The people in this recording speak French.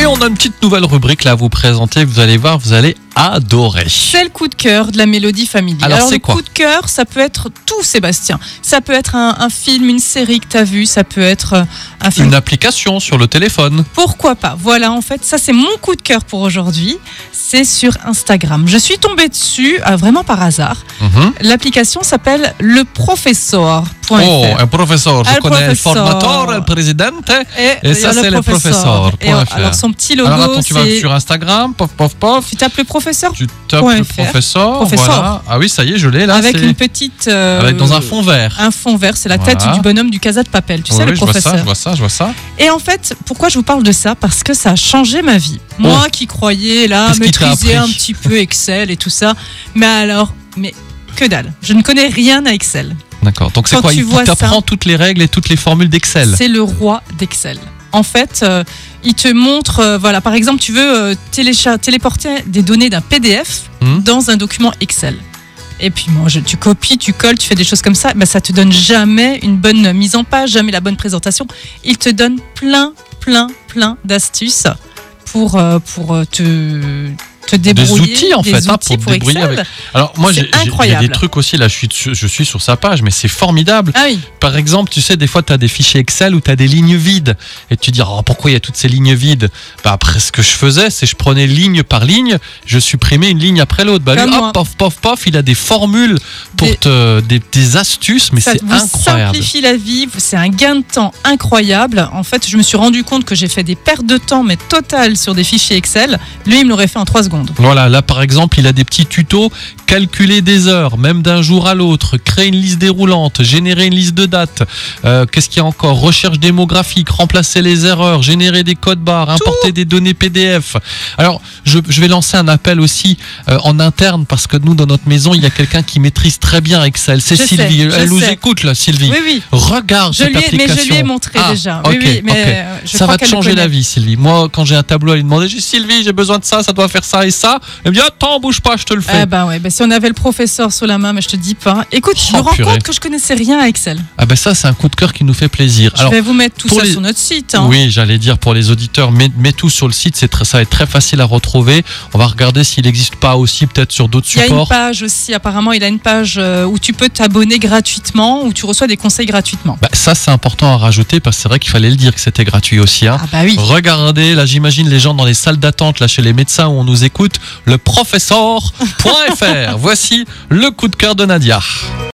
Et on a une petite nouvelle rubrique là à vous présenter. Vous allez voir, vous allez adorer. C'est le coup de cœur de la Mélodie Family. Alors c'est le quoi coup de cœur, ça peut être tout, Sébastien. Ça peut être un film, une série que tu as vu. Ça peut être un film. Une application sur le téléphone. Pourquoi pas? Voilà, en fait, ça c'est mon coup de cœur pour aujourd'hui. C'est sur Instagram. Je suis tombée dessus vraiment par hasard. L'application s'appelle leprofessor.fr. Oh, un professeur. Je Un connais le professeur. formateur, le président. Et ça, le c'est le professeur. professeur. Et alors son petit logo, Alors attends, tu vas c'est... sur Instagram, pof, pof, pof. Tu tapes le professeur Tu tapes le professeur. Professeur. Voilà. Ah oui, ça y est, je l'ai là. avec c'est... une petite... Avec dans un fond vert. Un fond vert, c'est la tête Voilà. du bonhomme du Casa de Papel. Tu sais, Oui, le professeur. je vois ça. Et en fait, pourquoi je vous parle de ça? Parce que ça a changé ma vie. Moi qui croyais là Qu'est-ce qui t'a maîtriser appris un petit peu Excel et tout ça, mais que dalle. Je ne connais rien à Excel. D'accord. Donc c'est Quand quoi? tu Il vois t'apprend ça, toutes les règles et toutes les formules d'Excel. c'est le roi d'Excel. En fait, il te montre, voilà, par exemple, tu veux téléporter des données d'un PDF dans un document Excel. Et puis moi, tu copies, tu colles, tu fais des choses comme ça, ça te donne jamais une bonne mise en page, jamais la bonne présentation. Il te donne plein d'astuces pour te débrouiller. Des outils en fait, pour te débrouiller Excel. avec. Alors moi j'ai incroyable. des trucs aussi là, je suis sur sa page, mais c'est formidable. Ah oui. Par exemple, tu sais, des fois tu as des fichiers Excel où tu as des lignes vides et tu te dis pourquoi il y a toutes ces lignes vides. Après ce que je faisais, c'est je prenais ligne par ligne, je supprimais une ligne après l'autre. Lui, pof, il a des formules pour des astuces, mais c'est incroyable. Ça simplifie la vie, c'est un gain de temps incroyable. En fait, je me suis rendu compte que j'ai fait des pertes de temps mais totales sur des fichiers Excel. Lui, il me l'aurait fait en 3 secondes. Voilà, là par exemple, il a des petits tutos, calculer des heures, même d'un jour à l'autre, créer une liste déroulante, générer une liste de dates, qu'est-ce qu'il y a encore, recherche démographique, remplacer les erreurs, générer des codes barres, importer des données PDF. Alors, je vais lancer un appel aussi en interne, parce que nous, dans notre maison, il y a quelqu'un qui maîtrise très bien Excel, c'est Sylvie. Elle nous écoute là, Sylvie. Oui. Regarde cette application. Mais je lui ai montré déjà. Okay, mais ça va te changer la vie, Sylvie. Moi, quand j'ai un tableau à lui demander, j'ai Sylvie, j'ai besoin de ça, ça doit faire ça et ça. Elle me dit attends, bouge pas, je te le fais. Si on avait le professeur sous la main, mais je te dis pas. Écoute, je me rends compte que je connaissais rien à Excel. Ça, c'est un coup de cœur qui nous fait plaisir. Je vais vous mettre tout ça sur notre site. Oui, j'allais dire pour les auditeurs, mets tout sur le site, ça va être très facile à retrouver. On va regarder s'il n'existe pas aussi peut-être sur d'autres supports. Il y a une page aussi, apparemment, il a une page où tu peux t'abonner gratuitement, où tu reçois des conseils gratuitement. Ça, c'est important à rajouter parce que c'est vrai qu'il fallait le dire que c'était gratuit aussi. Oui. Regardez, là, j'imagine les gens dans les salles d'attente, là, chez les médecins où on nous écoute, le professeur.fr. Voici le coup de cœur de Nadia.